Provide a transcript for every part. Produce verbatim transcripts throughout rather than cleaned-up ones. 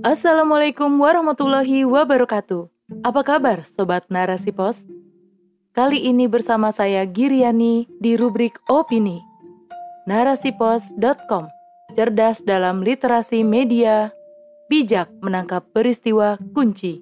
Assalamualaikum warahmatullahi wabarakatuh. Apa kabar Sobat Narasi Pos? Kali ini bersama saya Giriani di rubrik Opini. narasipos dot com, cerdas dalam literasi media, bijak menangkap peristiwa kunci.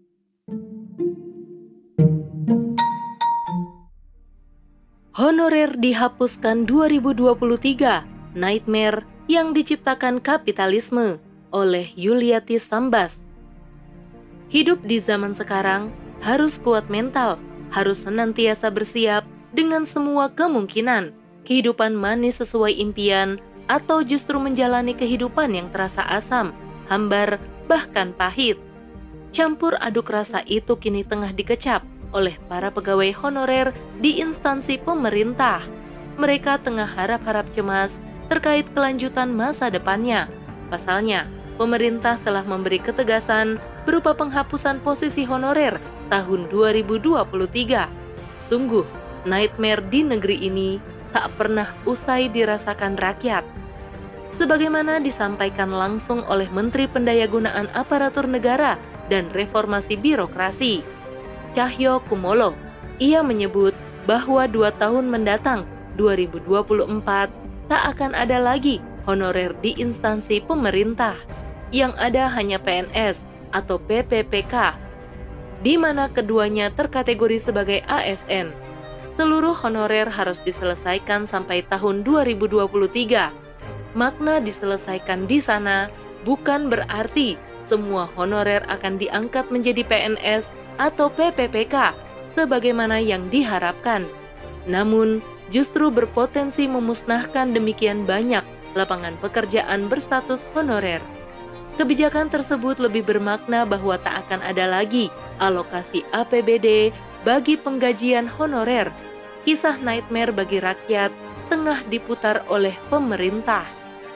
Honorer dihapuskan dua ribu dua puluh tiga, nightmare yang diciptakan kapitalisme, oleh Yuliati Sambas. Hidup di zaman sekarang harus kuat mental, harus senantiasa bersiap dengan semua kemungkinan, kehidupan manis sesuai impian, atau justru menjalani kehidupan yang terasa asam, hambar, bahkan pahit. Campur aduk rasa itu kini tengah dikecap oleh para pegawai honorer di instansi pemerintah. Mereka tengah harap-harap cemas terkait kelanjutan masa depannya. Pasalnya, pemerintah telah memberi ketegasan berupa penghapusan posisi honorer tahun dua ribu dua puluh tiga. Sungguh, nightmare di negeri ini tak pernah usai dirasakan rakyat. Sebagaimana disampaikan langsung oleh Menteri Pendayagunaan Aparatur Negara dan Reformasi Birokrasi, Cahyo Kumolo, ia menyebut bahwa dua tahun mendatang, dua ribu dua puluh empat, tak akan ada lagi honorer di instansi pemerintah. Yang ada hanya P N S atau P P P K, di mana keduanya terkategori sebagai A S N. Seluruh honorer harus diselesaikan sampai tahun dua ribu dua puluh tiga. Makna diselesaikan di sana bukan berarti semua honorer akan diangkat menjadi P N S atau P P P K sebagaimana yang diharapkan. Namun, justru berpotensi memusnahkan demikian banyak lapangan pekerjaan berstatus honorer. Kebijakan tersebut lebih bermakna bahwa tak akan ada lagi alokasi A P B D bagi penggajian honorer. Kisah nightmare bagi rakyat tengah diputar oleh pemerintah.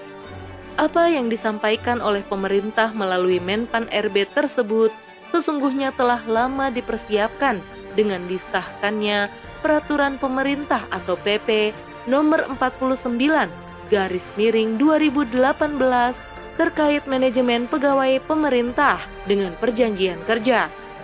Apa yang disampaikan oleh pemerintah melalui Menpan R B tersebut sesungguhnya telah lama dipersiapkan dengan disahkannya Peraturan Pemerintah atau P P nomor empat puluh sembilan garis miring dua ribu delapan belas terkait manajemen pegawai pemerintah dengan perjanjian kerja.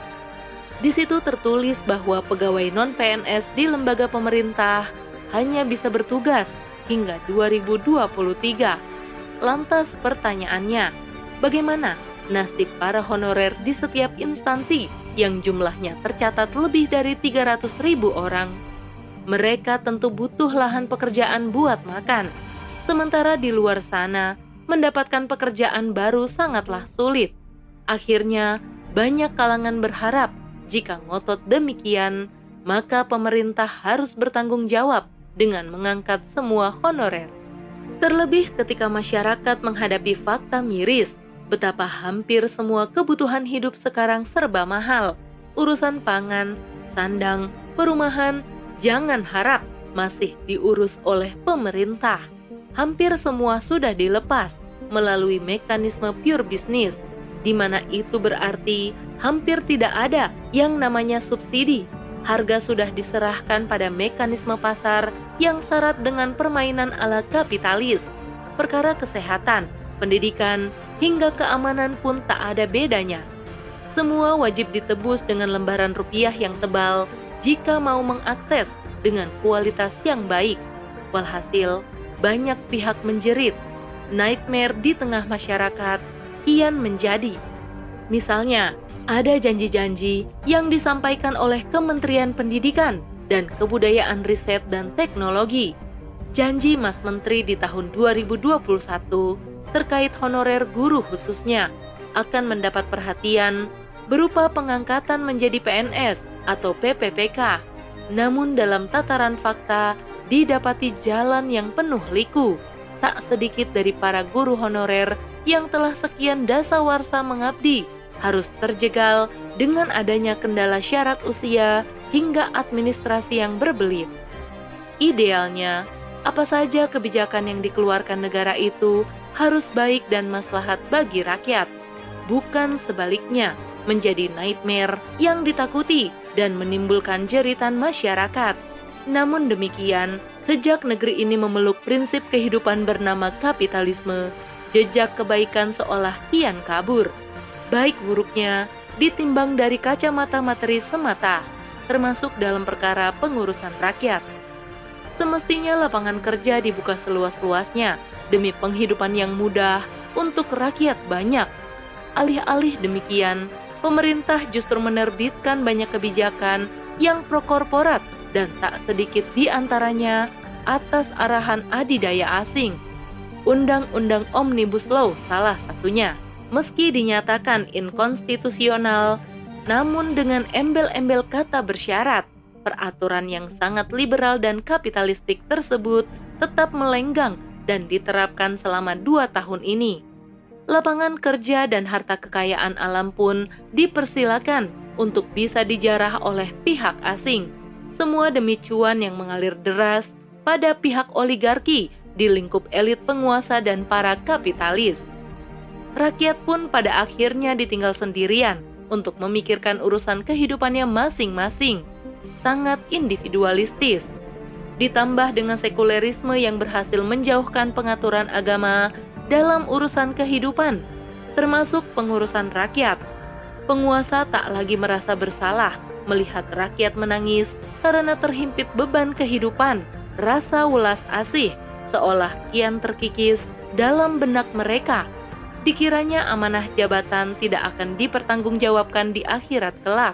Di situ tertulis bahwa pegawai non-P N S di lembaga pemerintah hanya bisa bertugas hingga dua ribu dua puluh tiga. Lantas pertanyaannya, bagaimana nasib para honorer di setiap instansi yang jumlahnya tercatat lebih dari tiga ratus ribu orang? Mereka tentu butuh lahan pekerjaan buat makan. Sementara di luar sana, mendapatkan pekerjaan baru sangatlah sulit. Akhirnya, banyak kalangan berharap jika ngotot demikian, maka pemerintah harus bertanggung jawab dengan mengangkat semua honorer. Terlebih ketika masyarakat menghadapi fakta miris, betapa hampir semua kebutuhan hidup sekarang serba mahal. Urusan pangan, sandang, perumahan, jangan harap masih diurus oleh pemerintah. Hampir semua sudah dilepas melalui mekanisme pure business, di mana itu berarti hampir tidak ada yang namanya subsidi. Harga sudah diserahkan pada mekanisme pasar yang syarat dengan permainan ala kapitalis. Perkara kesehatan, pendidikan, hingga keamanan pun tak ada bedanya. Semua wajib ditebus dengan lembaran rupiah yang tebal jika mau mengakses dengan kualitas yang baik. Walhasil, banyak pihak menjerit, nightmare di tengah masyarakat kian menjadi. Misalnya, ada janji-janji yang disampaikan oleh Kementerian Pendidikan dan Kebudayaan Riset dan Teknologi. Janji Mas Menteri di tahun dua ribu dua puluh satu terkait honorer guru khususnya akan mendapat perhatian berupa pengangkatan menjadi P N S atau P P P K. Namun dalam tataran fakta, didapati jalan yang penuh liku. Tak sedikit dari para guru honorer yang telah sekian dasawarsa mengabdi harus terjegal dengan adanya kendala syarat usia hingga administrasi yang berbelit. Idealnya, apa saja kebijakan yang dikeluarkan negara itu harus baik dan maslahat bagi rakyat, bukan sebaliknya menjadi nightmare yang ditakuti dan menimbulkan jeritan masyarakat. Namun demikian, sejak negeri ini memeluk prinsip kehidupan bernama kapitalisme, jejak kebaikan seolah kian kabur. baik buruknya ditimbang dari kacamata materi semata, termasuk dalam perkara pengurusan rakyat. Semestinya lapangan kerja dibuka seluas-luasnya demi penghidupan yang mudah untuk rakyat banyak. Alih-alih demikian, pemerintah justru menerbitkan banyak kebijakan yang pro-korporat dan tak sedikit di antaranya atas arahan adidaya asing. Undang-Undang Omnibus Law salah satunya. Meski dinyatakan inkonstitusional, namun dengan embel-embel kata bersyarat, peraturan yang sangat liberal dan kapitalistik tersebut tetap melenggang dan diterapkan selama dua tahun ini. Lapangan kerja dan harta kekayaan alam pun dipersilakan untuk bisa dijarah oleh pihak asing. Semua demi cuan yang mengalir deras pada pihak oligarki di lingkup elit penguasa dan para kapitalis. Rakyat pun pada akhirnya ditinggal sendirian untuk memikirkan urusan kehidupannya masing-masing, sangat individualistis. Ditambah dengan sekulerisme yang berhasil menjauhkan pengaturan agama dalam urusan kehidupan, termasuk pengurusan rakyat. Penguasa tak lagi merasa bersalah melihat rakyat menangis karena terhimpit beban kehidupan, rasa welas asih seolah kian terkikis dalam benak mereka. Dikiranya amanah jabatan tidak akan dipertanggungjawabkan di akhirat kelak.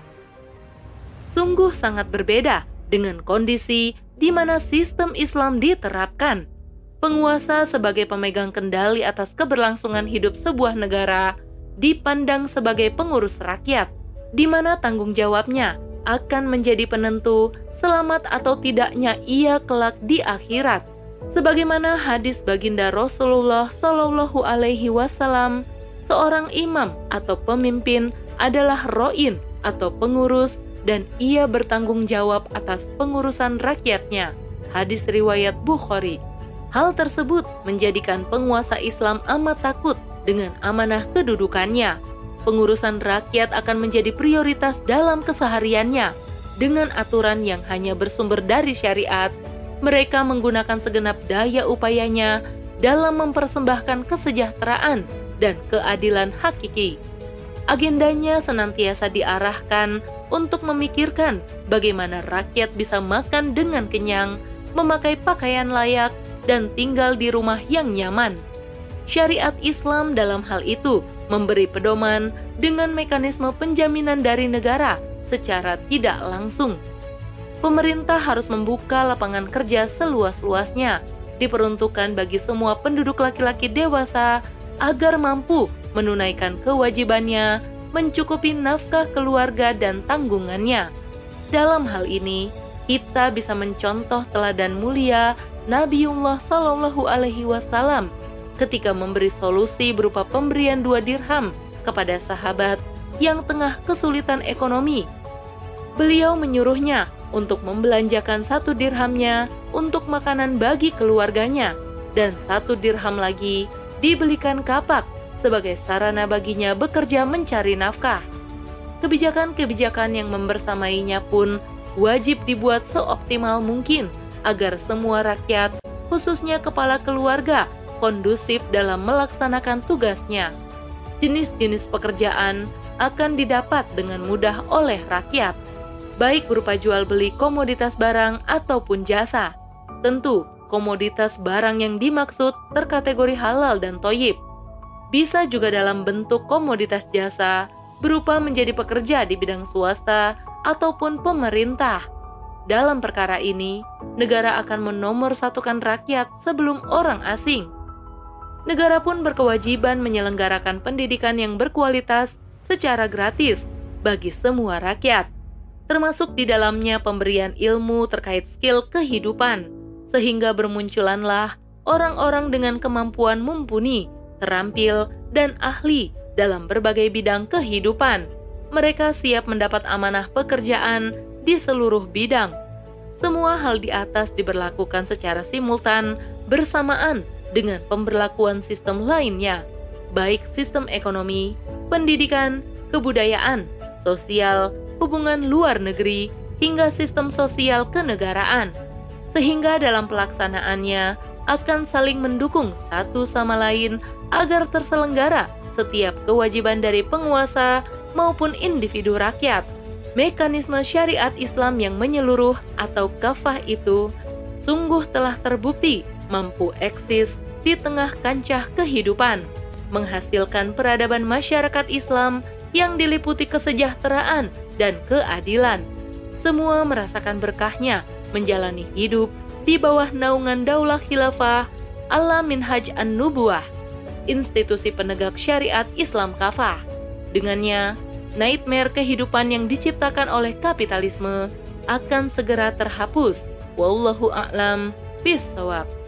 Sungguh sangat berbeda dengan kondisi di mana sistem Islam diterapkan. Penguasa sebagai pemegang kendali atas keberlangsungan hidup sebuah negara dipandang sebagai pengurus rakyat, di mana tanggung jawabnya akan menjadi penentu selamat atau tidaknya ia kelak di akhirat. Sebagaimana hadis baginda Rasulullah Shallallahu Alaihi Wasallam, seorang imam atau pemimpin adalah ro'in atau pengurus dan ia bertanggung jawab atas pengurusan rakyatnya. Hadis riwayat Bukhari. Hal tersebut menjadikan penguasa Islam amat takut dengan amanah kedudukannya. Pengurusan rakyat akan menjadi prioritas dalam kesehariannya. Dengan aturan yang hanya bersumber dari syariat, mereka menggunakan segenap daya upayanya dalam mempersembahkan kesejahteraan dan keadilan hakiki. Agendanya senantiasa diarahkan untuk memikirkan bagaimana rakyat bisa makan dengan kenyang, memakai pakaian layak, dan tinggal di rumah yang nyaman. Syariat Islam dalam hal itu memberi pedoman dengan mekanisme penjaminan dari negara secara tidak langsung. Pemerintah harus membuka lapangan kerja seluas-luasnya, diperuntukkan bagi semua penduduk laki-laki dewasa agar mampu menunaikan kewajibannya, mencukupi nafkah keluarga dan tanggungannya. Dalam hal ini, kita bisa mencontoh teladan mulia Nabiullah Shallallahu Alaihi Wasallam ketika memberi solusi berupa pemberian dua dirham kepada sahabat yang tengah kesulitan ekonomi. Beliau menyuruhnya untuk membelanjakan satu dirhamnya untuk makanan bagi keluarganya, dan satu dirham lagi dibelikan kapak sebagai sarana baginya bekerja mencari nafkah. Kebijakan-kebijakan yang membersamainya pun wajib dibuat seoptimal mungkin agar semua rakyat, khususnya kepala keluarga, kondusif dalam melaksanakan tugasnya. Jenis-jenis pekerjaan akan didapat dengan mudah oleh rakyat, baik berupa jual beli komoditas barang ataupun jasa. Tentu, komoditas barang yang dimaksud terkategori halal dan thoyyib. Bisa juga dalam bentuk komoditas jasa, berupa menjadi pekerja di bidang swasta ataupun pemerintah. Dalam perkara ini, negara akan menomorsatukan rakyat sebelum orang asing. Negara pun berkewajiban menyelenggarakan pendidikan yang berkualitas secara gratis bagi semua rakyat, termasuk di dalamnya pemberian ilmu terkait skill kehidupan, sehingga bermunculanlah orang-orang dengan kemampuan mumpuni, terampil, dan ahli dalam berbagai bidang kehidupan. Mereka siap mendapat amanah pekerjaan di seluruh bidang. Semua hal di atas diberlakukan secara simultan bersamaan dengan pemberlakuan sistem lainnya, baik sistem ekonomi, pendidikan, kebudayaan, sosial, hubungan luar negeri, hingga sistem sosial kenegaraan. Sehingga dalam pelaksanaannya, akan saling mendukung satu sama lain agar terselenggara setiap kewajiban dari penguasa maupun individu rakyat. Mekanisme syariat Islam yang menyeluruh atau kafah itu sungguh telah terbukti mampu eksis di tengah kancah kehidupan, menghasilkan peradaban masyarakat Islam yang diliputi kesejahteraan dan keadilan. Semua merasakan berkahnya menjalani hidup di bawah naungan Daulah Khilafah ala Minhaj an-Nubuwah, institusi penegak syariat Islam kafah. Dengannya, nightmare kehidupan yang diciptakan oleh kapitalisme akan segera terhapus. Wallahu a'lam bishawab.